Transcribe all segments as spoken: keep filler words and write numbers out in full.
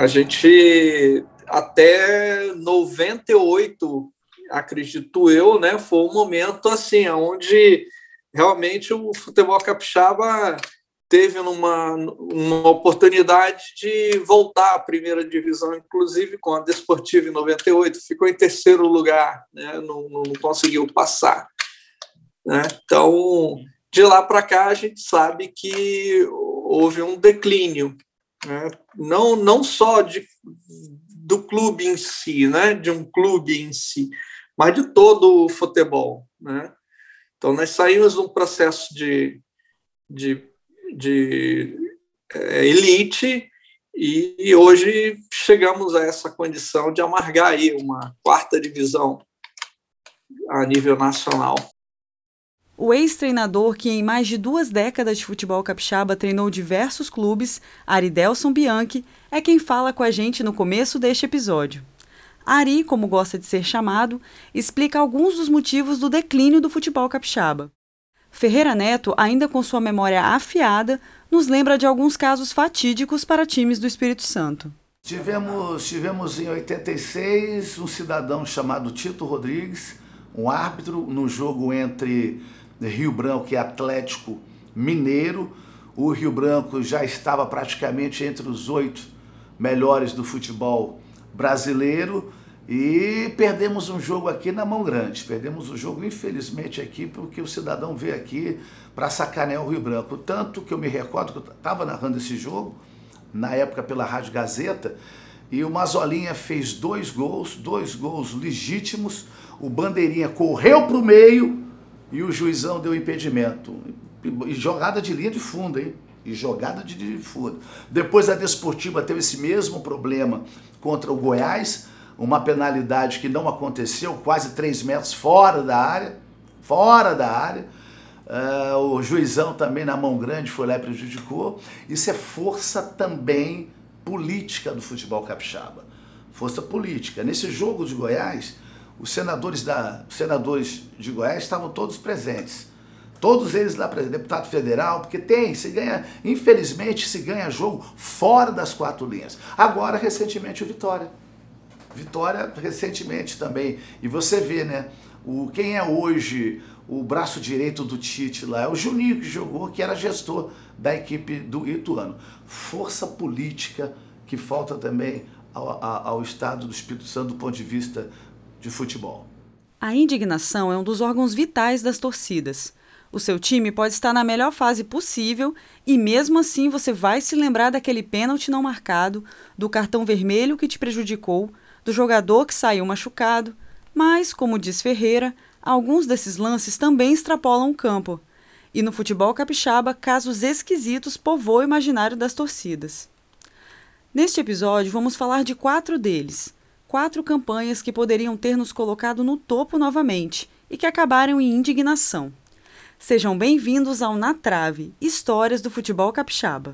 A gente, até noventa e oito, acredito eu, né, foi um momento assim, onde realmente o futebol capixaba teve uma, uma oportunidade de voltar à primeira divisão, inclusive com a Desportiva em noventa e oito, ficou em terceiro lugar, né, não, não conseguiu passar. Né? Então, de lá para cá, a gente sabe que houve um declínio, né? não, não só de, do clube em si, né? de um clube em si, mas de todo o futebol. Né? Então, nós saímos de um processo de, de, de é, elite e, e hoje chegamos a essa condição de amargar aí uma quarta divisão a nível nacional. O ex-treinador que em mais de duas décadas de futebol capixaba treinou diversos clubes, Aridelson Bianchi, é quem fala com a gente no começo deste episódio. Ari, como gosta de ser chamado, explica alguns dos motivos do declínio do futebol capixaba. Ferreira Neto, ainda com sua memória afiada, nos lembra de alguns casos fatídicos para times do Espírito Santo. Tivemos, tivemos em oitenta e seis um cidadão chamado Tito Rodrigues, um árbitro no jogo entre Rio Branco e Atlético Mineiro. O Rio Branco já estava praticamente entre os oito melhores do futebol brasileiro e perdemos um jogo aqui na mão grande. Perdemos o jogo, infelizmente, aqui porque o cidadão veio aqui para sacanear o Rio Branco. Tanto que eu me recordo que eu estava narrando esse jogo, na época pela Rádio Gazeta, e o Mazolinha fez dois gols, dois gols legítimos, o Bandeirinha correu para o meio e o juizão deu impedimento. E jogada de linha de fundo, hein? E jogada de linha de fundo. Depois a Desportiva teve esse mesmo problema contra o Goiás, uma penalidade que não aconteceu, quase três metros fora da área, fora da área. Uh, o juizão também na mão grande foi lá e prejudicou. Isso é força também política do futebol capixaba. Força política. Nesse jogo de Goiás, os senadores, da, os senadores de Goiás estavam todos presentes. Todos eles lá presentes, deputado federal, porque tem, se ganha, infelizmente se ganha jogo fora das quatro linhas. Agora, recentemente, o Vitória. Vitória, recentemente também. E você vê, né, o, quem é hoje o braço direito do Tite lá, é o Juninho que jogou, que era gestor da equipe do Ituano. Força política que falta também ao, ao, ao Estado do Espírito Santo do ponto de vista de futebol. A indignação é um dos órgãos vitais das torcidas. O seu time pode estar na melhor fase possível e mesmo assim você vai se lembrar daquele pênalti não marcado, do cartão vermelho que te prejudicou, do jogador que saiu machucado, mas, como diz Ferreira, alguns desses lances também extrapolam o campo. E no futebol capixaba, casos esquisitos povoam o imaginário das torcidas. Neste episódio, vamos falar de quatro deles. Quatro campanhas que poderiam ter nos colocado no topo novamente e que acabaram em indignação. Sejam bem-vindos ao Na Trave, Histórias do Futebol Capixaba.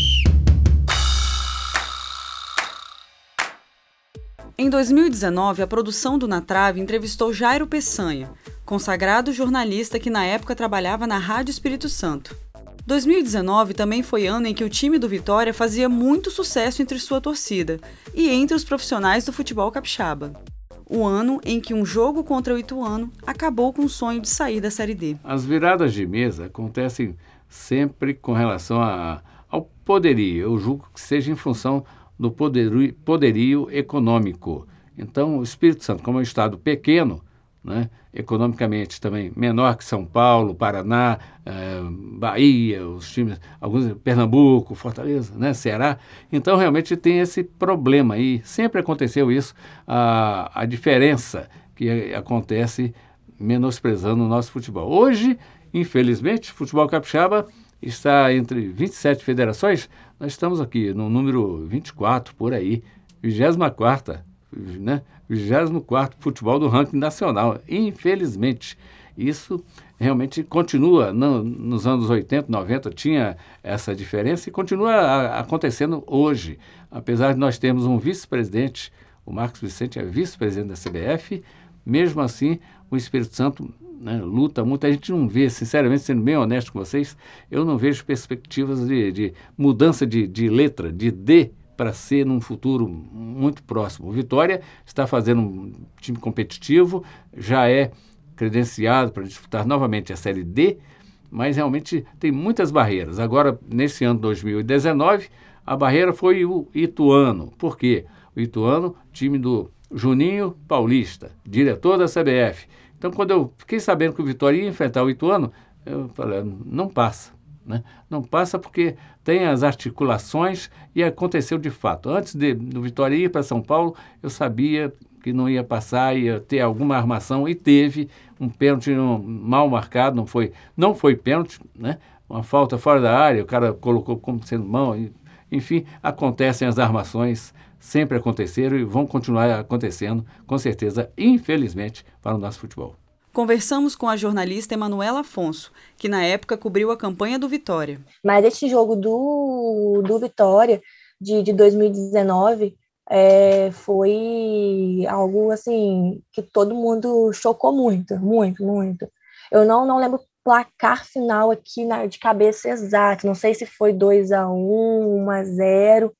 Em dois mil e dezenove, a produção do Na Trave entrevistou Jairo Peçanha, consagrado jornalista que na época trabalhava na Rádio Espírito Santo. dois mil e dezenove também foi ano em que o time do Vitória fazia muito sucesso entre sua torcida e entre os profissionais do futebol capixaba. O ano em que um jogo contra o Ituano acabou com o sonho de sair da Série D. As viradas de mesa acontecem sempre com relação a, ao poderio. Eu julgo que seja em função do poderio, poderio econômico. Então, o Espírito Santo, como é um estado pequeno, né, economicamente também menor que São Paulo, Paraná, eh, Bahia, os times, alguns, Pernambuco, Fortaleza, né, Ceará, então realmente tem esse problema aí. Sempre aconteceu isso, a, a diferença que acontece menosprezando o nosso futebol. Hoje, infelizmente, o futebol capixaba está entre vinte e sete federações, nós estamos aqui no número vinte e quatro, por aí, vigésima quarta, né? vigésimo quarto futebol do ranking nacional. Infelizmente, isso realmente continua. No, nos anos oitenta, noventa, tinha essa diferença e continua a, acontecendo hoje. Apesar de nós termos um vice-presidente, o Marcos Vicente é vice-presidente da C B F, mesmo assim, o Espírito Santo, né, luta muito. A gente não vê, sinceramente, sendo bem honesto com vocês, eu não vejo perspectivas de, de mudança de, de letra, de D para ser num futuro muito próximo. O Vitória está fazendo um time competitivo, já é credenciado para disputar novamente a Série D, mas realmente tem muitas barreiras. Agora, nesse ano dois mil e dezenove, a barreira foi o Ituano. Por quê? O Ituano, time do Juninho Paulista, diretor da C B F. Então, quando eu fiquei sabendo que o Vitória ia enfrentar o Ituano, eu falei, não passa. Né? Não passa porque tem as articulações e aconteceu de fato. Antes de, do Vitória ir para São Paulo, eu sabia que não ia passar, ia ter alguma armação e teve um pênalti mal marcado, não foi, não foi pênalti, né? Uma falta fora da área, o cara colocou como sendo mão, e, enfim, acontecem as armações, sempre aconteceram e vão continuar acontecendo, com certeza, infelizmente, para o nosso futebol. Conversamos com a jornalista Emanuela Afonso, que na época cobriu a campanha do Vitória. Mas esse jogo do, do Vitória, de, de dois mil e dezenove, é, foi algo assim que todo mundo chocou muito, muito, muito. Eu não, não lembro o placar final aqui na, de cabeça exato, não sei se foi dois a um, um a zero,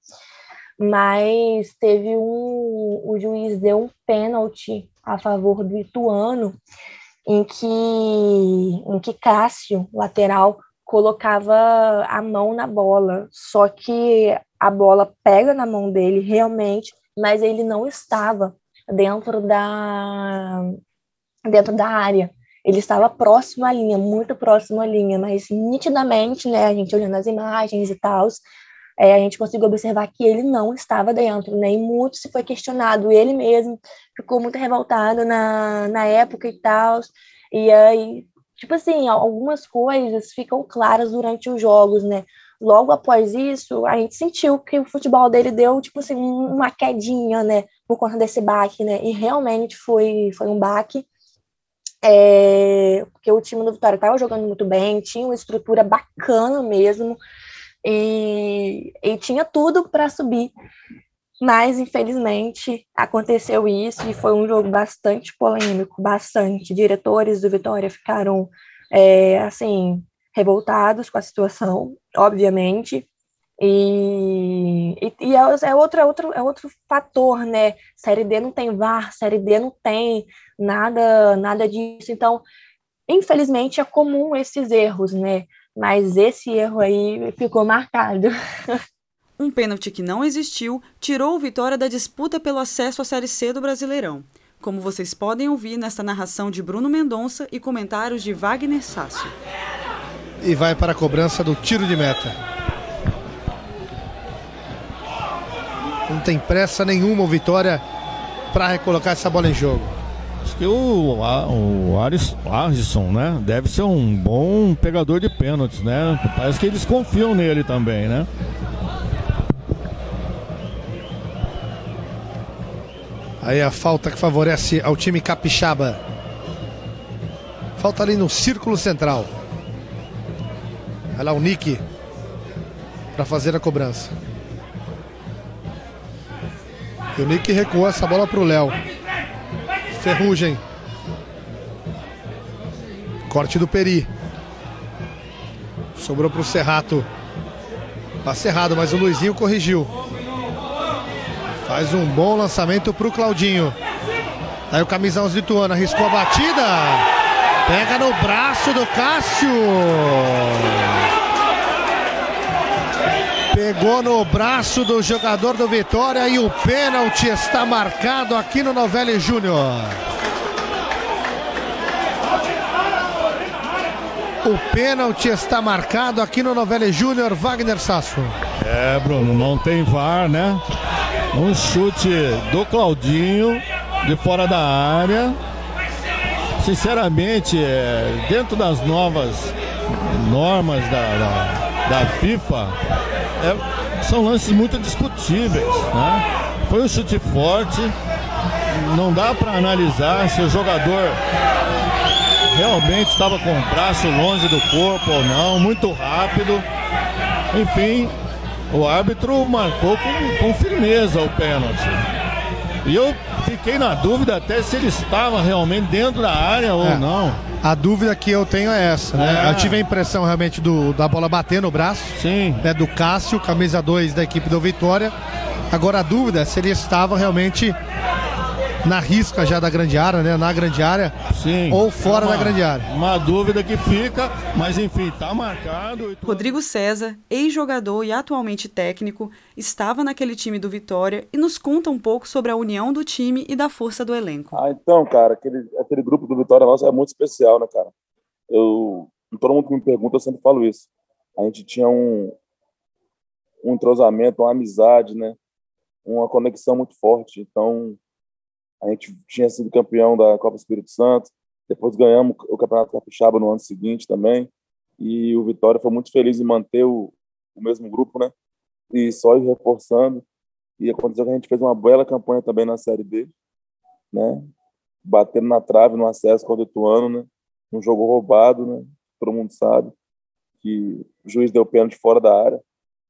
mas teve um, o juiz deu um pênalti a favor do Ituano, em que, em que Cássio, lateral, colocava a mão na bola, só que a bola pega na mão dele realmente, mas ele não estava dentro da, dentro da área, ele estava próximo à linha, muito próximo à linha, mas nitidamente, né, a gente olhando as imagens e tal, é, a gente conseguiu observar que ele não estava dentro, né, e muito se foi questionado, ele mesmo ficou muito revoltado na, na época e tal, e aí, tipo assim, algumas coisas ficam claras durante os jogos, né, logo após isso, a gente sentiu que o futebol dele deu, tipo assim, uma quedinha, né, por conta desse baque, né, e realmente foi, foi um baque, é, porque o time do Vitória estava jogando muito bem, tinha uma estrutura bacana mesmo, e, e tinha tudo para subir, mas infelizmente aconteceu isso e foi um jogo bastante polêmico, bastante. Diretores do Vitória ficaram é, assim, revoltados com a situação, obviamente, e, e, e é, é, outro, é, outro, é outro fator, né? Série D não tem V A R, Série D não tem nada, nada disso, então infelizmente é comum esses erros, né? Mas esse erro aí ficou marcado. Um pênalti que não existiu tirou o Vitória da disputa pelo acesso à Série C do Brasileirão, como vocês podem ouvir nesta narração de Bruno Mendonça e comentários de Wagner Sasso. E vai para a cobrança do tiro de meta. Não tem pressa nenhuma o Vitória para recolocar essa bola em jogo. Acho que o, o Alisson, né, deve ser um bom pegador de pênaltis, né? Parece que eles confiam nele também, né? Aí a falta que favorece ao time capixaba. Falta ali no círculo central. Vai lá o Nick para fazer a cobrança. E o Nick recuou essa bola para o Léo. Ferrugem. Corte do Peri. Sobrou para o Serrato. Passe errado, mas o Luizinho corrigiu. Faz um bom lançamento para o Claudinho. Aí o camisão do Ituano arriscou a batida. Pega no braço do Cássio. Pegou no braço do jogador do Vitória e o pênalti está marcado aqui no Novelli Júnior. O pênalti está marcado aqui no Novelli Júnior, Wagner Sasso. É, Bruno, não tem V A R, né? Um chute do Claudinho de fora da área. Sinceramente, é, dentro das novas normas da, da, da FIFA, é, são lances muito discutíveis, né? Foi um chute forte, não dá para analisar se o jogador realmente estava com o braço longe do corpo ou não, muito rápido. Enfim, o árbitro marcou com, com firmeza o pênalti. E eu fiquei na dúvida até se ele estava realmente dentro da área ou é, não. A dúvida que eu tenho é essa, né? É. Eu tive a impressão realmente do, da bola bater no braço. Sim. Né, do Cássio, camisa dois da equipe do Vitória. Agora a dúvida é se ele estava realmente na risca já da grande área, né? Na grande área. Sim, ou fora uma, da grande área. Uma dúvida que fica, mas enfim, tá marcado. Rodrigo César, ex-jogador e atualmente técnico, estava naquele time do Vitória e nos conta um pouco sobre a união do time e da força do elenco. Ah, então, cara, aquele, aquele grupo do Vitória nosso é muito especial, né, cara? Eu, todo mundo que me pergunta, eu sempre falo isso. A gente tinha um, um entrosamento, uma amizade, né? Uma conexão muito forte. Então, a gente tinha sido campeão da Copa Espírito Santo, depois ganhamos o Campeonato Capixaba no ano seguinte também, e o Vitória foi muito feliz em manter o, o mesmo grupo, né? E só ir reforçando. E aconteceu que a gente fez uma bela campanha também na Série B, né? Batendo na trave no acesso contra o Ituano, né? Um jogo roubado, né? Todo mundo sabe que o juiz deu pênalti fora da área.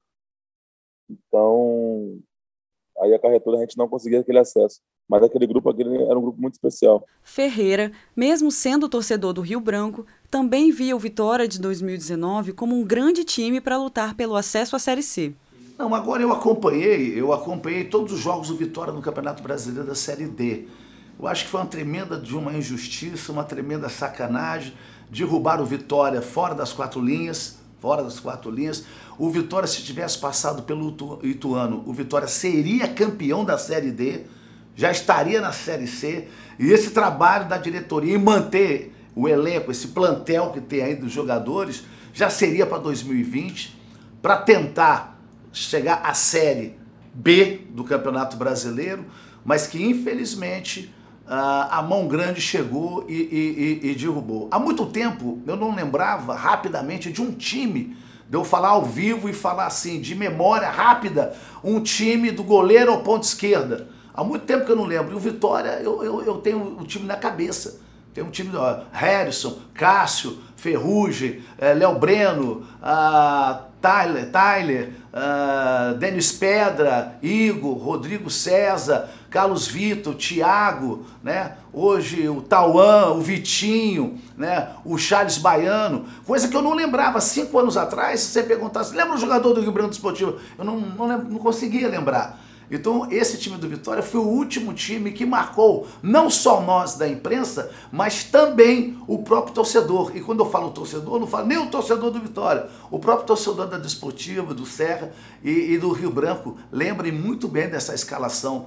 Então, aí acarretou a gente não conseguir aquele acesso. Mas aquele grupo aquele era um grupo muito especial. Ferreira, mesmo sendo torcedor do Rio Branco, também via o Vitória de dois mil e dezenove como um grande time para lutar pelo acesso à Série C. Não, agora eu acompanhei, eu acompanhei todos os jogos do Vitória no Campeonato Brasileiro da Série D. Eu acho que foi uma tremenda de uma injustiça, uma tremenda sacanagem, derrubar o Vitória fora das quatro linhas, fora das quatro linhas. O Vitória, se tivesse passado pelo Ituano, o Vitória seria campeão da Série D, já estaria na Série C, e esse trabalho da diretoria em manter o elenco, esse plantel que tem aí dos jogadores, já seria para dois mil e vinte, para tentar chegar à Série B do Campeonato Brasileiro, mas que infelizmente a mão grande chegou e, e, e, e derrubou. Há muito tempo eu não lembrava rapidamente de um time, de eu falar ao vivo e falar assim, de memória rápida, um time do goleiro ao ponto esquerda. Há muito tempo que eu não lembro. E o Vitória, eu, eu, eu tenho o time na cabeça. Tem um time, ó, Harrison, Cássio, Ferrugem, eh, Léo Breno, ah, Tyler, Tyler ah, Denis Pedra, Igor, Rodrigo César, Carlos Vitor, Thiago, né? Hoje o Tauan, o Vitinho, né? O Charles Baiano, coisa que eu não lembrava cinco anos atrás. Se você perguntasse, lembra o jogador do Rio Branco Desportivo? Eu não, não, lembro, não conseguia lembrar. Então, esse time do Vitória foi o último time que marcou não só nós da imprensa, mas também o próprio torcedor. E quando eu falo torcedor, eu não falo nem o torcedor do Vitória. O próprio torcedor da Desportiva, do Serra e, e do Rio Branco. Lembrem muito bem dessa escalação.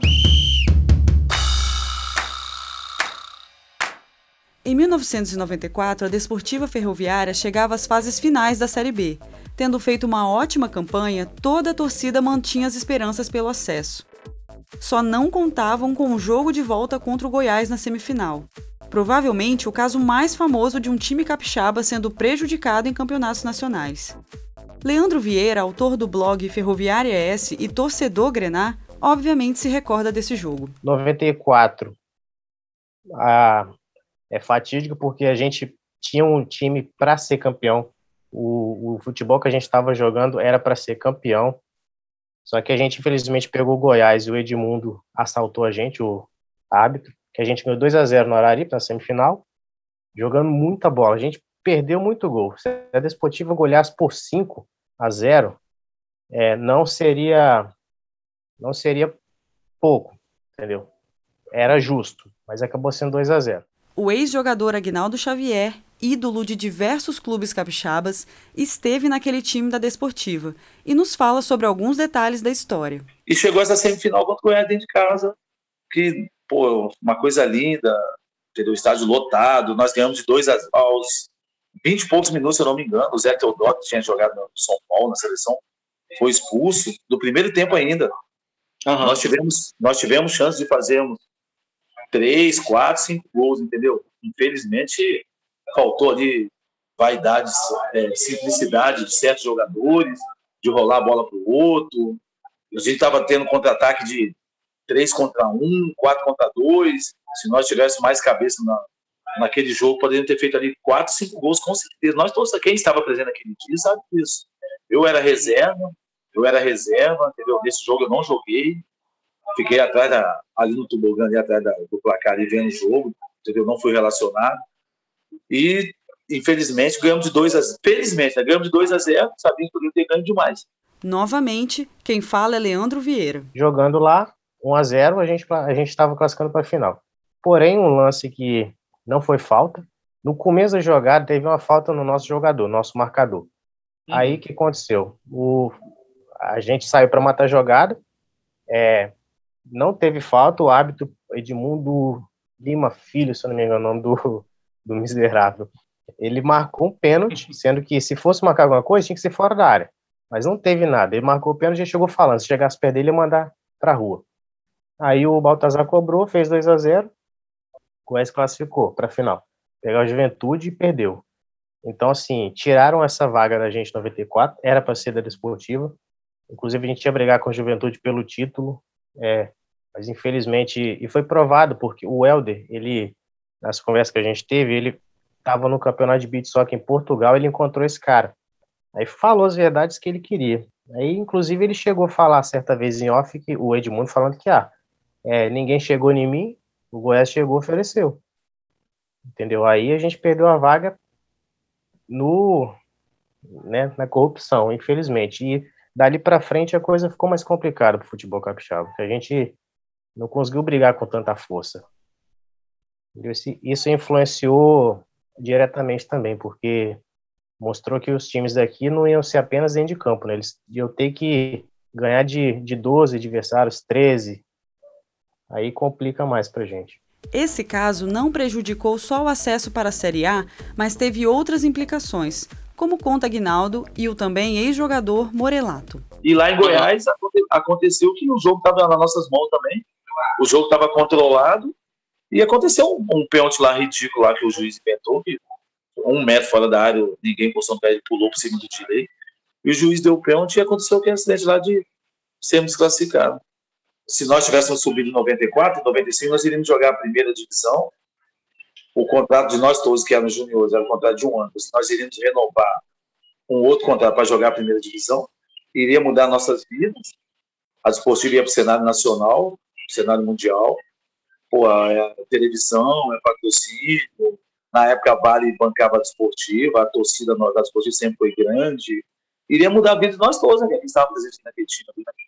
Em mil novecentos e noventa e quatro, a Desportiva Ferroviária chegava às fases finais da Série B. Tendo feito uma ótima campanha, toda a torcida mantinha as esperanças pelo acesso. Só não contavam com o jogo de volta contra o Goiás na semifinal. Provavelmente o caso mais famoso de um time capixaba sendo prejudicado em campeonatos nacionais. Leandro Vieira, autor do blog Ferroviária S e torcedor grená, obviamente se recorda desse jogo. noventa e quatro. Ah, é fatídico porque a gente tinha um time para ser campeão. O, o futebol que a gente estava jogando era para ser campeão, só que a gente infelizmente pegou o Goiás e o Edmundo assaltou a gente, o árbitro, que a gente ganhou dois a zero no Araripe, na semifinal, jogando muita bola. A gente perdeu muito gol. Se a Desportiva goleasse por cinco a zero, é, não seria não seria pouco, entendeu? Era justo, mas acabou sendo dois a zero. O ex-jogador Aguinaldo Xavier, ídolo de diversos clubes capixabas, esteve naquele time da Desportiva e nos fala sobre alguns detalhes da história. E chegou essa semifinal contra o Goiás dentro de casa, que, pô, uma coisa linda, entendeu? O estádio lotado, nós ganhamos de dois aos vinte e poucos minutos, se eu não me engano. O Zé Teodoro, que tinha jogado no São Paulo, na seleção, foi expulso, do primeiro tempo ainda. Uhum. Nós tivemos, nós tivemos chance de fazermos três, quatro, cinco gols, entendeu? Infelizmente, faltou ali vaidade, é, simplicidade de certos jogadores, de rolar a bola para o outro. A gente estava tendo contra-ataque de três contra um, quatro contra dois. Se nós tivéssemos mais cabeça na, naquele jogo, poderíamos ter feito ali quatro, cinco gols, com certeza. Nós todos, quem estava presente naquele dia, sabe disso. Eu era reserva, eu era reserva, entendeu? Nesse jogo eu não joguei. Fiquei atrás da, ali no tobogã, ali atrás da, do placar, ali vendo o jogo, entendeu? Não fui relacionado. E, infelizmente, ganhamos de dois a zero. Felizmente, né? Ganhamos de dois a zero, sabia que poderia ter ganho demais. Novamente, quem fala é Leandro Vieira. Jogando lá, um a zero, a gente a gente estava classificando para a final. Porém, um lance que não foi falta. No começo da jogada, teve uma falta no nosso jogador, nosso marcador. Uhum. Aí, o que aconteceu? O, a gente saiu para matar a jogada, é, não teve falta, o árbitro Edmundo Lima Filho, se eu não me engano o nome do, do miserável, ele marcou um pênalti, sendo que se fosse marcar alguma coisa, tinha que ser fora da área. Mas não teve nada. Ele marcou o pênalti e já chegou falando. Se chegasse perto dele, ia mandar pra rua. Aí o Baltazar cobrou, fez dois a zero. O Goiás classificou pra final. Pegou a Juventude e perdeu. Então, assim, tiraram essa vaga da gente em noventa e quatro. Era pra ser da Desportiva. Inclusive, a gente ia brigar com a Juventude pelo título. É, mas, infelizmente... E foi provado, porque o Helder, ele... Nas conversas que a gente teve, ele estava no campeonato de beach soccer em Portugal, ele encontrou esse cara. Aí falou as verdades que ele queria. Aí, inclusive, ele chegou a falar certa vez em off, que o Edmundo falando que ah, é, ninguém chegou em mim, o Goiás chegou e ofereceu. Entendeu? Aí a gente perdeu a vaga no, né, na corrupção, infelizmente. E dali para frente a coisa ficou mais complicada para o futebol capixaba, porque a gente não conseguiu brigar com tanta força. Isso influenciou diretamente também, porque mostrou que os times daqui não iam ser apenas dentro de campo, né? Eles iam ter que ganhar de, de doze adversários, treze. Aí complica mais pra gente. Esse caso não prejudicou só o acesso para a Série A, mas teve outras implicações, como conta Aguinaldo e o também ex-jogador Morelato. E lá em Goiás aconteceu que o jogo estava nas nossas mãos também. O jogo estava controlado e aconteceu um, um pênalti lá ridículo lá que o juiz inventou, que um metro fora da área, ninguém postou no pé, ele pulou por cima do direito, e o juiz deu o pênalti e aconteceu aquele acidente lá de sermos desclassificados. Se nós tivéssemos subido em noventa e quatro, em noventa e cinco, nós iríamos jogar a primeira divisão. O contrato de nós todos, que eram juniores, era um contrato de um ano. Se nós iríamos renovar um outro contrato para jogar a primeira divisão, iria mudar nossas vidas. A Desportiva ia para o cenário nacional, cenário mundial. Pô, é televisão, é patrocínio. Na época, a Vale bancava a Desportiva, a torcida da Desportiva sempre foi grande. Iria mudar a vida de nós todos, né, que estavam presentes naquele time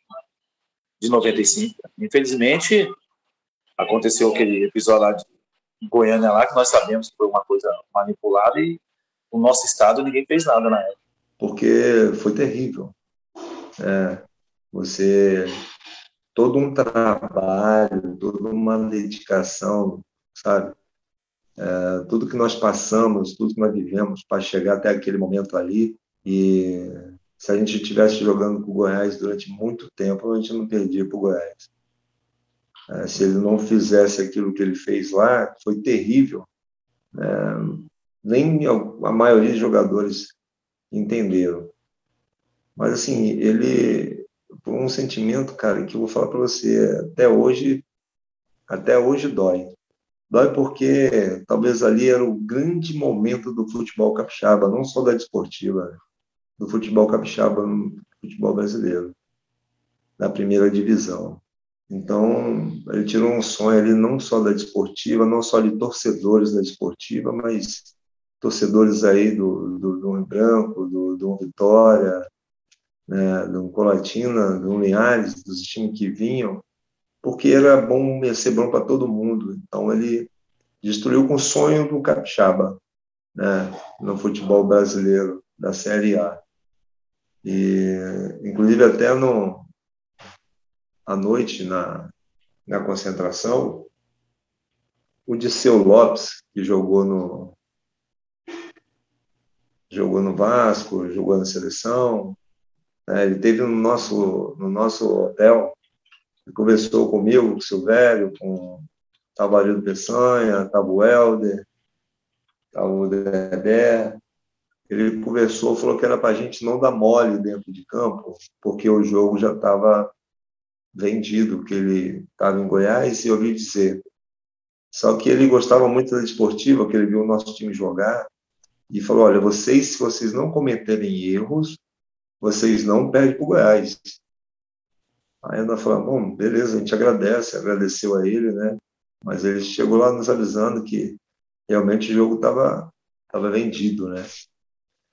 de noventa e cinco. Infelizmente, aconteceu aquele episódio lá de Goiânia, lá, que nós sabemos que foi uma coisa manipulada e o nosso estado ninguém fez nada na época. Porque foi terrível. É, você... Todo um trabalho, toda uma dedicação, sabe? É, tudo que nós passamos, tudo que nós vivemos para chegar até aquele momento ali. E se a gente estivesse jogando com o Goiás durante muito tempo, a gente não perdia para o Goiás. É, se ele não fizesse aquilo que ele fez lá, foi terrível. É, nem a maioria dos jogadores entenderam. Mas, assim, ele... Por um sentimento, cara, que eu vou falar para você, até hoje, até hoje dói. Dói porque talvez ali era o grande momento do futebol capixaba, não só da Desportiva, né? Do futebol capixaba no futebol brasileiro, na primeira divisão. Então, ele tirou um sonho ali não só da Desportiva, não só de torcedores da Desportiva, mas torcedores aí do, do, do Rio Branco, do, do Vitória, né, do Colatina, do Linhares, dos times que vinham, porque era bom, ia ser bom para todo mundo. Então, ele destruiu com o sonho do capixaba, né, no futebol brasileiro, da Série A. E, inclusive, até no, à noite, na, na concentração, o Disseu Lopes, que jogou no, jogou no Vasco, jogou na seleção, né, ele esteve no nosso, no nosso hotel, ele conversou comigo, com o Silvério, com o Marido Peçanha, estava o Helder, estava o Dedé. Ele conversou, falou que era para a gente não dar mole dentro de campo, porque o jogo já estava vendido, que ele estava em Goiás, e eu ouvi dizer. Só que ele gostava muito da Desportiva, que ele viu o nosso time jogar, e falou, olha, vocês, se vocês não cometerem erros, vocês não perdem para o Goiás. Aí nós falamos, bom, beleza, a gente agradece, agradeceu a ele, né? Mas ele chegou lá nos avisando que realmente o jogo estava tava vendido, né?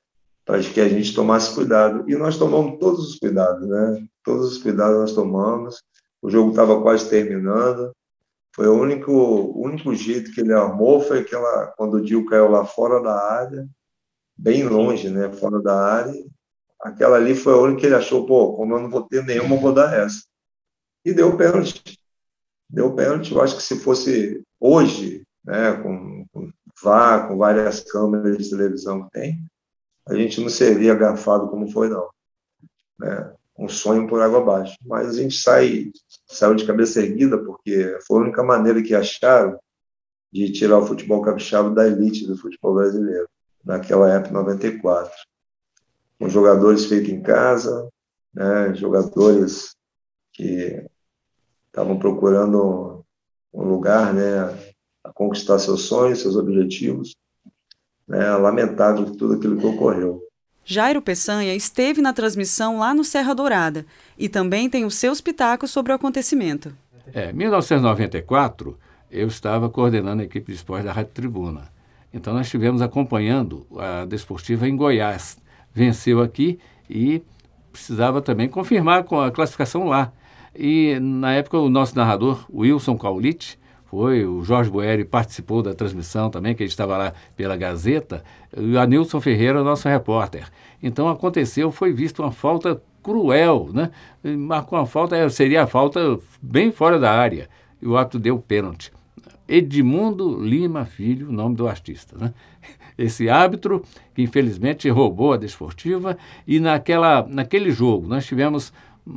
para que a gente tomasse cuidado. E nós tomamos todos os cuidados, né? Todos os cuidados nós tomamos. O jogo estava quase terminando. Foi o único, o único jeito que ele armou foi aquela, quando o Dil caiu lá fora da área, bem longe, né? Fora da área. Aquela ali foi a única que ele achou, pô, como eu não vou ter nenhuma, eu vou dar essa. E deu pênalti. Deu pênalti. Eu acho que se fosse hoje, né, com, com V A R, com várias câmeras de televisão que tem, a gente não seria garfado como foi, não. Né? Um sonho por água abaixo. Mas a gente sai, saiu de cabeça erguida, porque foi a única maneira que acharam de tirar o futebol capixaba da elite do futebol brasileiro, naquela época, noventa e quatro. Com jogadores feitos em casa, né? Jogadores que estavam procurando um lugar, né, a conquistar seus sonhos, seus objetivos. Né? Lamentável tudo aquilo que ocorreu. Jairo Peçanha esteve na transmissão lá no Serra Dourada e também tem os seus pitacos sobre o acontecimento. É, em mil novecentos e noventa e quatro, eu estava coordenando a equipe de esporte da Rádio Tribuna. Então, nós estivemos acompanhando a Desportiva em Goiás. Venceu aqui e precisava também confirmar com a classificação lá. E, na época, o nosso narrador, Wilson Caulite, foi, o Jorge Boeri participou da transmissão também, que ele estava lá pela Gazeta, e o Anilson Ferreira, nosso repórter. Então, aconteceu, foi visto uma falta cruel, né? Marcou uma falta, seria a falta bem fora da área, e o árbitro deu pênalti. Edmundo Lima Filho, nome do artista, né? Esse árbitro que infelizmente roubou a Desportiva, e naquela, naquele jogo nós tivemos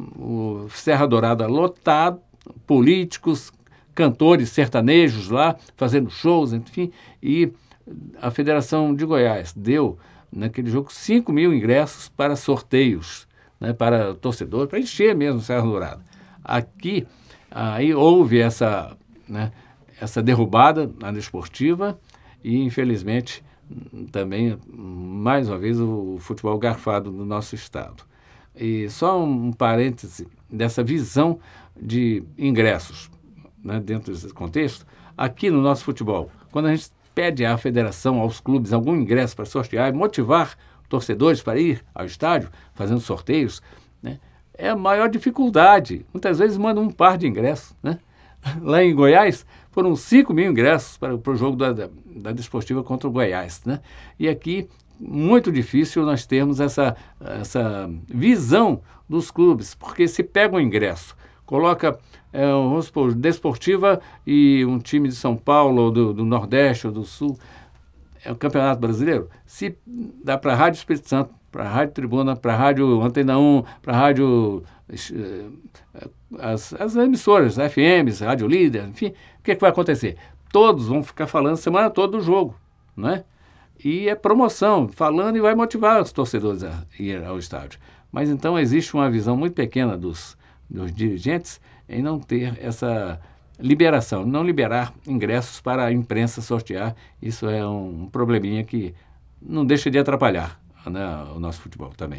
o Serra Dourada lotado, políticos, cantores sertanejos lá, fazendo shows, enfim, e a Federação de Goiás deu, naquele jogo, cinco mil ingressos para sorteios, né, para torcedores, para encher mesmo o Serra Dourada. Aqui, aí houve essa, né, essa derrubada na Desportiva e, infelizmente, também, mais uma vez, o futebol garfado no nosso estado. E só um parêntese dessa visão de ingressos, né, dentro desse contexto, aqui no nosso futebol, quando a gente pede à federação, aos clubes, algum ingresso para sortear e motivar torcedores para ir ao estádio, fazendo sorteios, né, é a maior dificuldade. Muitas vezes mandam um par de ingressos, né? Lá em Goiás, foram cinco mil ingressos para, para o jogo da, da, da Desportiva contra o Goiás, né? E aqui, muito difícil nós termos essa, essa visão dos clubes, porque se pega um ingresso, coloca, é, vamos supor, Desportiva e um time de São Paulo, ou do, do Nordeste, ou do Sul, é o Campeonato Brasileiro, se dá para a Rádio Espírito Santo, para a Rádio Tribuna, para a Rádio Antena um, para a Rádio... As, as emissoras, F Ms, Rádio Líder, enfim, o que, é que vai acontecer? Todos vão ficar falando a semana toda do jogo, né? E é promoção, falando, e vai motivar os torcedores a ir ao estádio. Mas então existe uma visão muito pequena dos, dos dirigentes em não ter essa liberação, não liberar ingressos para a imprensa sortear. Isso é um, um probleminha que não deixa de atrapalhar, né, o nosso futebol também.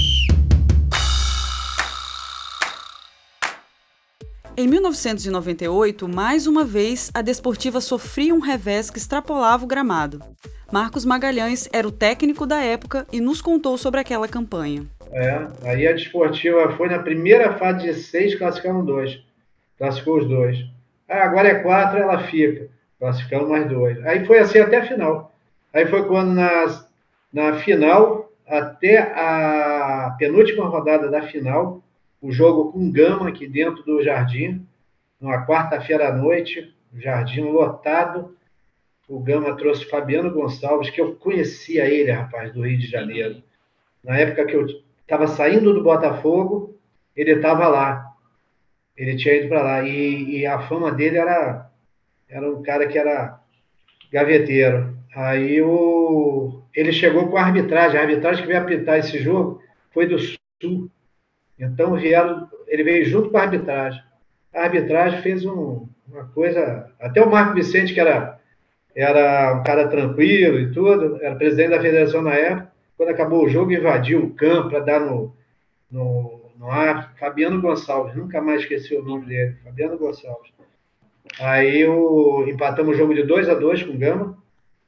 Em mil novecentos e noventa e oito, mais uma vez, a Desportiva sofria um revés que extrapolava o gramado. Marcos Magalhães era o técnico da época e nos contou sobre aquela campanha. É, aí a Desportiva foi na primeira fase de seis, classificaram dois. Classificou os dois. Ah, agora é quatro, ela fica. Classificando mais dois. Aí foi assim até a final. Aí foi quando na, na final, até a penúltima rodada da final, o jogo com Gama aqui dentro do Jardim, numa quarta-feira à noite, o Jardim lotado. O Gama trouxe Fabiano Gonçalves, que eu conhecia ele, rapaz, do Rio de Janeiro. Na época que eu estava saindo do Botafogo, ele estava lá. Ele tinha ido para lá. E, e a fama dele era, era um cara que era gaveteiro. Aí o, ele chegou com a arbitragem. A arbitragem que veio apitar esse jogo foi do Sul. Então vieram, ele veio junto com a arbitragem. A arbitragem fez um, uma coisa... Até o Marco Vicente, que era, era um cara tranquilo e tudo, era presidente da federação na época, quando acabou o jogo, invadiu o campo para dar no, no, no ar. Fabiano Gonçalves, nunca mais esqueci o nome dele, Fabiano Gonçalves. Aí o, empatamos o jogo de dois a dois com o Gama.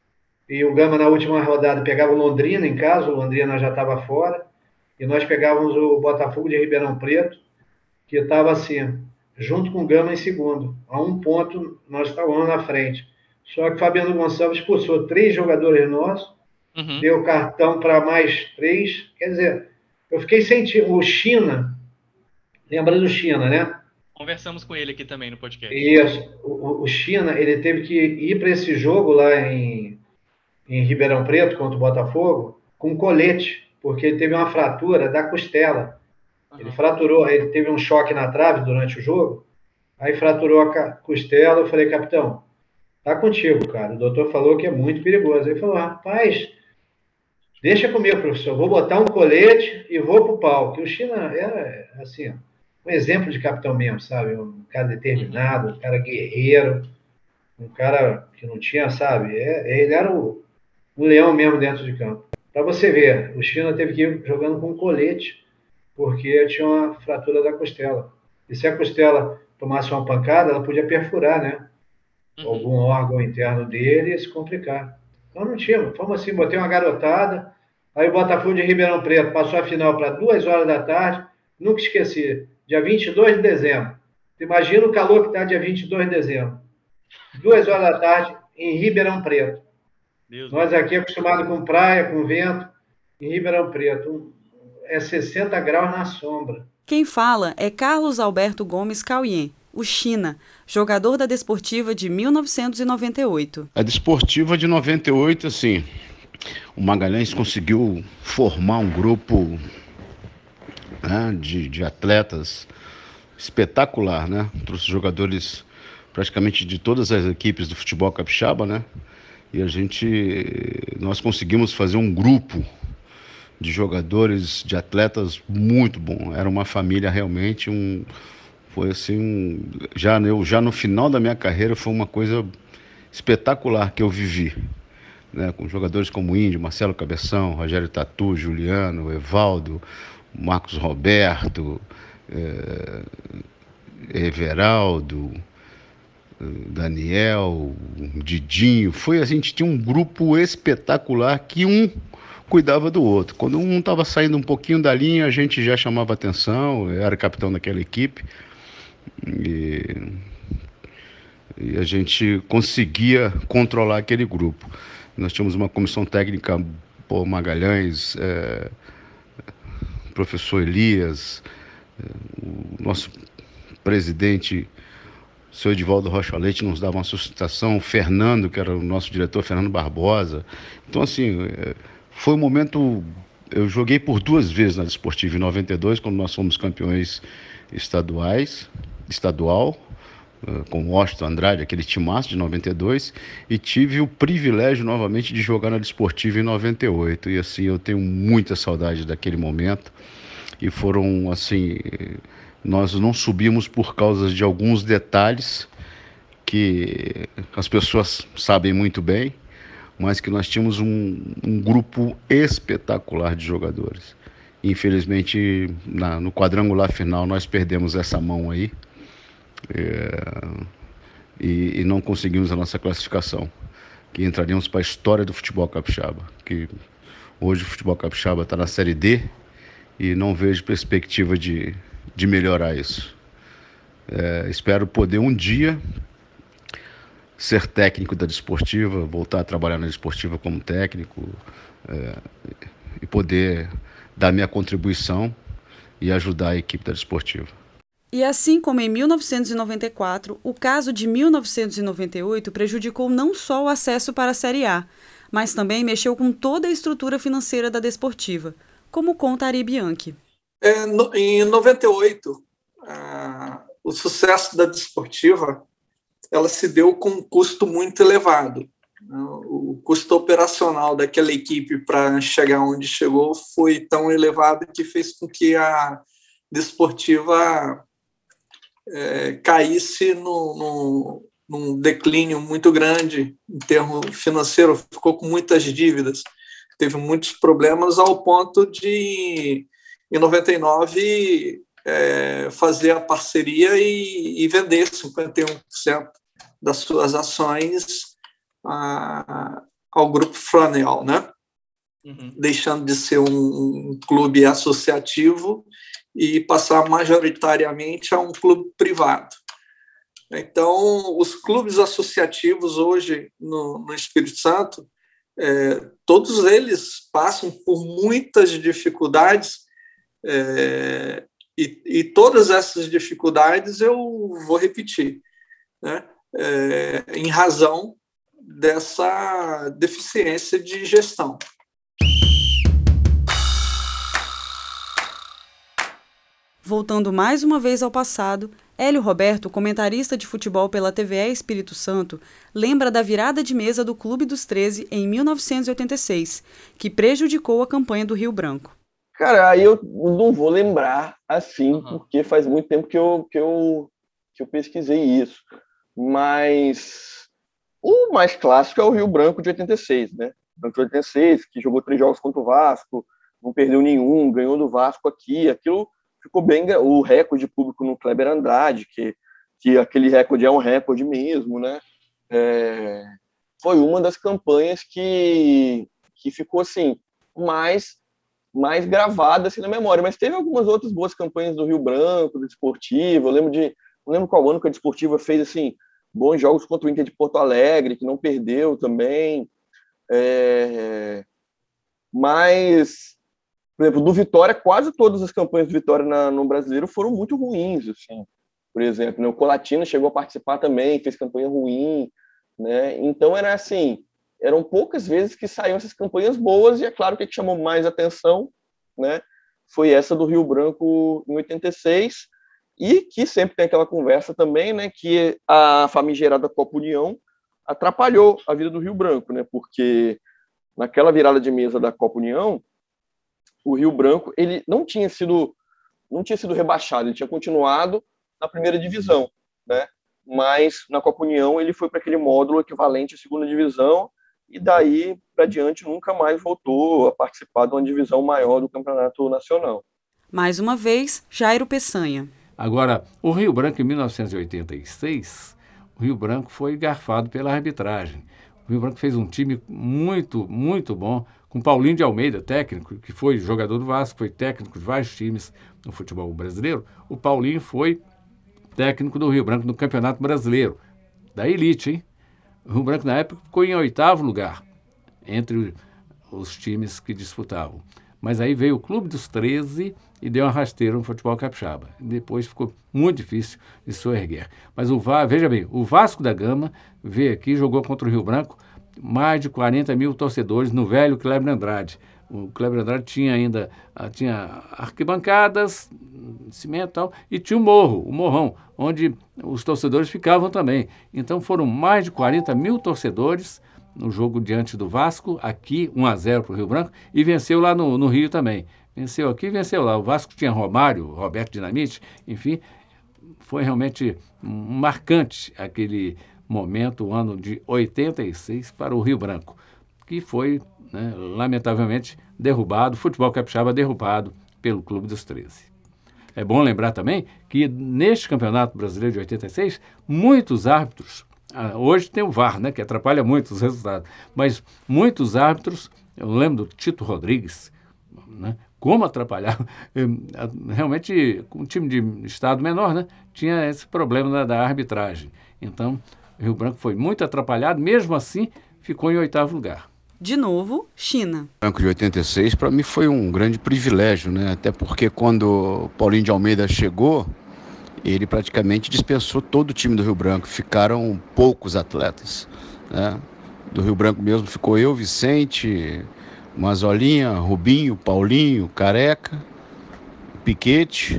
e o Gama na última rodada pegava o Londrina em casa, o Londrina já estava fora, e nós pegávamos o Botafogo de Ribeirão Preto, que estava assim, junto com o Gama em segundo. A um ponto nós estávamos na frente. Só que o Fabiano Gonçalves expulsou três jogadores nossos, uhum. deu cartão para mais três. Quer dizer, eu fiquei sentindo. O China, lembra do China, né? Conversamos com ele aqui também no podcast. Isso. O, o China, ele teve que ir para esse jogo lá em, em Ribeirão Preto contra o Botafogo com colete, porque ele teve uma fratura da costela. Uhum. Ele fraturou, ele teve um choque na trave durante o jogo, aí fraturou a costela. Eu falei, capitão, tá contigo, cara. O doutor falou que é muito perigoso. Ele falou, rapaz, deixa comigo, professor. Vou botar um colete e vou pro pau. Que o China era, assim, um exemplo de capitão mesmo, sabe? Um cara determinado, um cara guerreiro, um cara que não tinha, sabe? É, ele era o, o leão mesmo dentro de campo. Para você ver, o China teve que ir jogando com um colete, porque tinha uma fratura da costela. E se a costela tomasse uma pancada, ela podia perfurar, né? Uhum. Algum órgão interno dele e se complicar. Então não tinha. Fomos assim, botei uma garotada. Aí o Botafogo de Ribeirão Preto passou a final para duas horas da tarde. Nunca esqueci. Dia vinte e dois de dezembro. Imagina o calor que está dia vinte e dois de dezembro. Duas horas da tarde em Ribeirão Preto. Deus Nós Deus. Aqui acostumados com praia, com vento. Em Ribeirão Preto. É sessenta graus na sombra. Quem fala é Carlos Alberto Gomes Cauien, o China, jogador da Desportiva de mil novecentos e noventa e oito. A Desportiva de noventa e oito, assim, o Magalhães conseguiu formar um grupo, né, de, de atletas espetacular, né? Trouxe jogadores praticamente de todas as equipes do futebol capixaba, né? E a gente, nós conseguimos fazer um grupo de jogadores, de atletas muito bom. Era uma família realmente, um, foi assim, um, já, eu, já no final da minha carreira foi uma coisa espetacular que eu vivi, né? Com jogadores como o Índio, Marcelo Cabeção, Rogério Tatu, Juliano, Evaldo, Marcos Roberto, é, Everaldo, Daniel, Didinho. Foi, a gente tinha um grupo espetacular que um cuidava do outro. Quando um estava saindo um pouquinho da linha, a gente já chamava atenção, eu era capitão daquela equipe, e, e a gente conseguia controlar aquele grupo. Nós tínhamos uma comissão técnica, pô, Magalhães, é, professor Elias, é, o nosso presidente, o senhor Edivaldo Rocha Leite, nos dava uma sustentação, o Fernando, que era o nosso diretor, Fernando Barbosa. Então, assim, é, foi um momento. Eu joguei por duas vezes na Desportiva, em noventa e dois, quando nós fomos campeões estaduais, estadual, com o Washington Andrade, aquele timaço de noventa e dois, e tive o privilégio novamente de jogar na Desportiva em noventa e oito. E assim, eu tenho muita saudade daquele momento. E foram, assim, nós não subimos por causa de alguns detalhes que as pessoas sabem muito bem, mas que nós tínhamos um, um grupo espetacular de jogadores. Infelizmente, na, no quadrangular final, nós perdemos essa mão aí, é, e, e não conseguimos a nossa classificação, que entraríamos para a história do futebol capixaba, que hoje o futebol capixaba está na Série D e não vejo perspectiva de, de melhorar isso. É, espero poder um dia ser técnico da Desportiva, voltar a trabalhar na Desportiva como técnico, é, e poder dar minha contribuição e ajudar a equipe da Desportiva. E assim como em mil novecentos e noventa e quatro, o caso de mil novecentos e noventa e oito prejudicou não só o acesso para a Série A, mas também mexeu com toda a estrutura financeira da Desportiva, como conta Ari Bianchi. É, no, em noventa e oito, ah, o sucesso da Desportiva, ela se deu com um custo muito elevado. O custo operacional daquela equipe para chegar onde chegou foi tão elevado que fez com que a Desportiva é, caísse no, no, num declínio muito grande em termos financeiros, ficou com muitas dívidas, teve muitos problemas ao ponto de, em noventa e nove, é, fazer a parceria e, e vender cinquenta e um por cento das suas ações a, ao Grupo Franel, né? Uhum. Deixando de ser um, um clube associativo e passar majoritariamente a um clube privado. Então, os clubes associativos hoje no, no Espírito Santo, é, todos eles passam por muitas dificuldades, é, e, e todas essas dificuldades eu vou repetir, né? É, em razão dessa deficiência de gestão. Voltando mais uma vez ao passado, Hélio Roberto, comentarista de futebol pela T V E Espírito Santo, lembra da virada de mesa do Clube dos treze em mil novecentos e oitenta e seis, que prejudicou a campanha do Rio Branco. Cara, aí eu não vou lembrar assim, uhum. porque faz muito tempo que eu, que, eu, que eu pesquisei isso. Mas o mais clássico é o Rio Branco de oitenta e seis, né? O Branco de oitenta e seis, que jogou três jogos contra o Vasco, não perdeu nenhum, ganhou do Vasco aqui, aquilo... ficou bem o recorde público no Kleber Andrade, que, que aquele recorde é um recorde mesmo, né? É, foi uma das campanhas que, que ficou assim, mais, mais gravada assim, na memória. Mas teve algumas outras boas campanhas do Rio Branco, do Desportivo. Eu lembro de, não lembro qual ano que a Desportiva fez assim, bons jogos contra o Inter de Porto Alegre, que não perdeu também. É, mas... Por exemplo, do Vitória, quase todas as campanhas do Vitória na, no Brasileiro foram muito ruins, assim. Por exemplo, né, o Colatina chegou a participar também, fez campanha ruim, né? Então era assim, eram poucas vezes que saíam essas campanhas boas, e é claro que a que chamou mais atenção, né, foi essa do Rio Branco em oitenta e seis, e que sempre tem aquela conversa também, né, que a famigerada Copa União atrapalhou a vida do Rio Branco, né? Porque naquela virada de mesa da Copa União, o Rio Branco ele não tinha sido não tinha sido rebaixado, ele tinha continuado na primeira divisão, né? Mas na Copa União ele foi para aquele módulo equivalente à segunda divisão, e daí para diante nunca mais voltou a participar de uma divisão maior do Campeonato Nacional. Mais uma vez, Jairo Peçanha. Agora, o Rio Branco em mil novecentos e oitenta e seis, o Rio Branco foi garfado pela arbitragem. O Rio Branco fez um time muito, muito bom, com Paulinho de Almeida, técnico, que foi jogador do Vasco, foi técnico de vários times no futebol brasileiro. O Paulinho foi técnico do Rio Branco no Campeonato Brasileiro, da elite, hein? O Rio Branco, na época, ficou em oitavo lugar entre os times que disputavam. Mas aí veio o Clube dos treze e deu uma rasteira no futebol capixaba. Depois ficou muito difícil de soerguer. Mas o Va- veja bem, o Vasco da Gama veio aqui, jogou contra o Rio Branco, mais de quarenta mil torcedores no velho Kleber Andrade. O Kleber Andrade tinha ainda tinha arquibancadas, cimento e tal, e tinha o morro, o morrão, onde os torcedores ficavam também. Então foram mais de quarenta mil torcedores no jogo diante do Vasco, aqui um a zero para o Rio Branco, e venceu lá no, no Rio também. Venceu aqui e venceu lá. O Vasco tinha Romário, Roberto Dinamite, enfim, foi realmente marcante aquele momento, o ano de oitenta e seis, para o Rio Branco, que foi, né, lamentavelmente, derrubado, o futebol capixaba derrubado pelo Clube dos treze. É bom lembrar também que neste Campeonato Brasileiro de oitenta e seis, muitos árbitros, ah, hoje tem o V A R, né, que atrapalha muito os resultados, mas muitos árbitros, eu lembro do Tito Rodrigues, né, como atrapalhava, realmente, com um time de estado menor, né, tinha esse problema da, da arbitragem. Então, o Rio Branco foi muito atrapalhado, mesmo assim, ficou em oitavo lugar. De novo, China. O Branco de oitenta e seis, para mim, foi um grande privilégio, né? Até porque quando Paulinho de Almeida chegou, ele praticamente dispensou todo o time do Rio Branco. Ficaram poucos atletas, né? Do Rio Branco mesmo ficou eu, Vicente, Mazolinha, Rubinho, Paulinho, Careca, Piquete.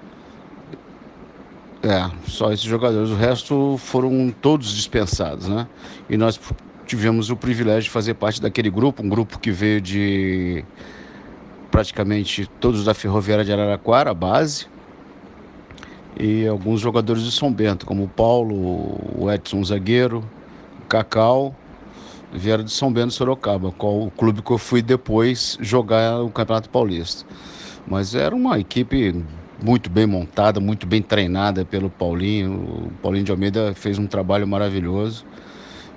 É, só esses jogadores, o resto foram todos dispensados, né? E nós tivemos o privilégio de fazer parte daquele grupo, um grupo que veio de praticamente todos da Ferroviária de Araraquara, a base, e alguns jogadores de São Bento, como o Paulo, o Edson Zagueiro, o Cacau, vieram de São Bento, Sorocaba, qual o clube que eu fui depois jogar o Campeonato Paulista. Mas era uma equipe muito bem montada, muito bem treinada pelo Paulinho. O Paulinho de Almeida fez um trabalho maravilhoso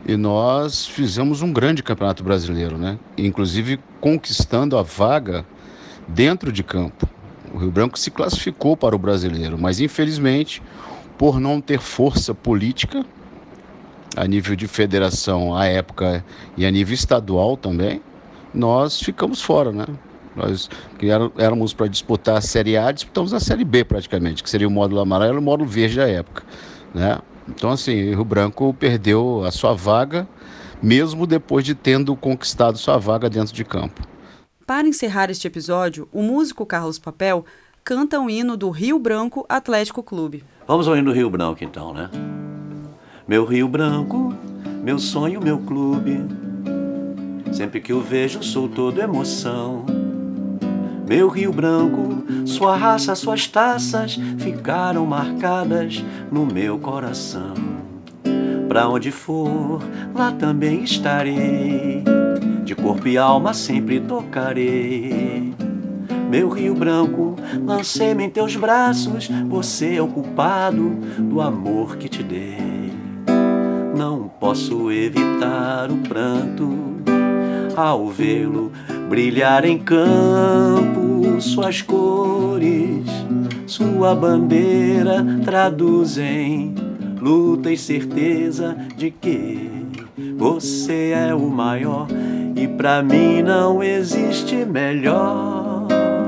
E nós fizemos um grande campeonato brasileiro, né? Inclusive conquistando a vaga dentro de campo. O Rio Branco se classificou para o brasileiro, mas infelizmente, por não ter força política, a nível de federação à época e a nível estadual também, nós ficamos fora, né? Nós que éramos para disputar a Série A, disputamos a Série B praticamente, que seria o módulo amarelo e o módulo verde da época, né? Então, assim, o Rio Branco perdeu a sua vaga, mesmo depois de tendo conquistado sua vaga dentro de campo. Para encerrar este episódio, o músico Carlos Papel canta um hino do Rio Branco Atlético Clube. Vamos ao hino do Rio Branco, então, né? Meu Rio Branco, meu sonho, meu clube, sempre que eu vejo sou todo emoção. Meu Rio Branco, sua raça, suas taças ficaram marcadas no meu coração. Pra onde for, lá também estarei, de corpo e alma sempre tocarei. Meu Rio Branco, lancei-me em teus braços, você é o culpado do amor que te dei. Não posso evitar o pranto ao vê-lo brilhar em campo. Suas cores, sua bandeira traduzem luta e certeza de que você é o maior e pra mim não existe melhor.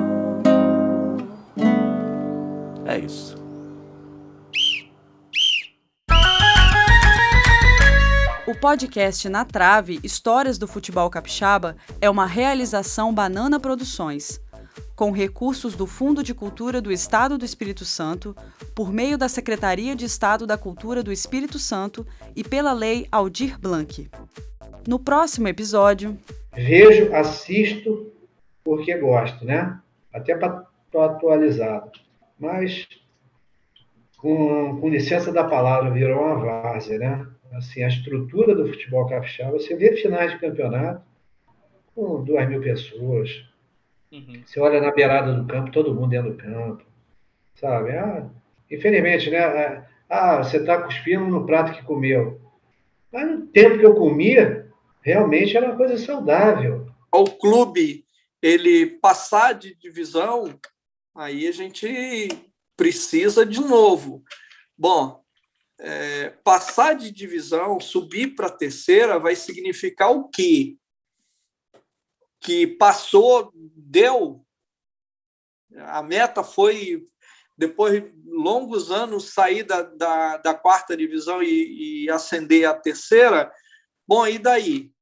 É isso. O podcast Na Trave, Histórias do Futebol Capixaba, é uma realização Banana Produções, com recursos do Fundo de Cultura do Estado do Espírito Santo, por meio da Secretaria de Estado da Cultura do Espírito Santo e pela Lei Aldir Blanc. No próximo episódio... Vejo, assisto, porque gosto, né? Até para atualizado. Mas, com, com licença da palavra, virou uma várzea, né? Assim, a estrutura do futebol capixaba, você vê finais de campeonato com duas mil pessoas. Uhum. Você olha na beirada do campo, todo mundo dentro do campo, sabe? Ah, infelizmente, né? Ah, você está cuspindo no prato que comeu. Mas no tempo que eu comia, realmente era uma coisa saudável. O clube, ele passar de divisão, aí a gente precisa de novo. Bom, é, passar de divisão, subir para a terceira, vai significar o quê? Que passou, deu, a meta foi, depois de longos anos, sair da, da, da quarta divisão e, e ascender à terceira. Bom, e daí?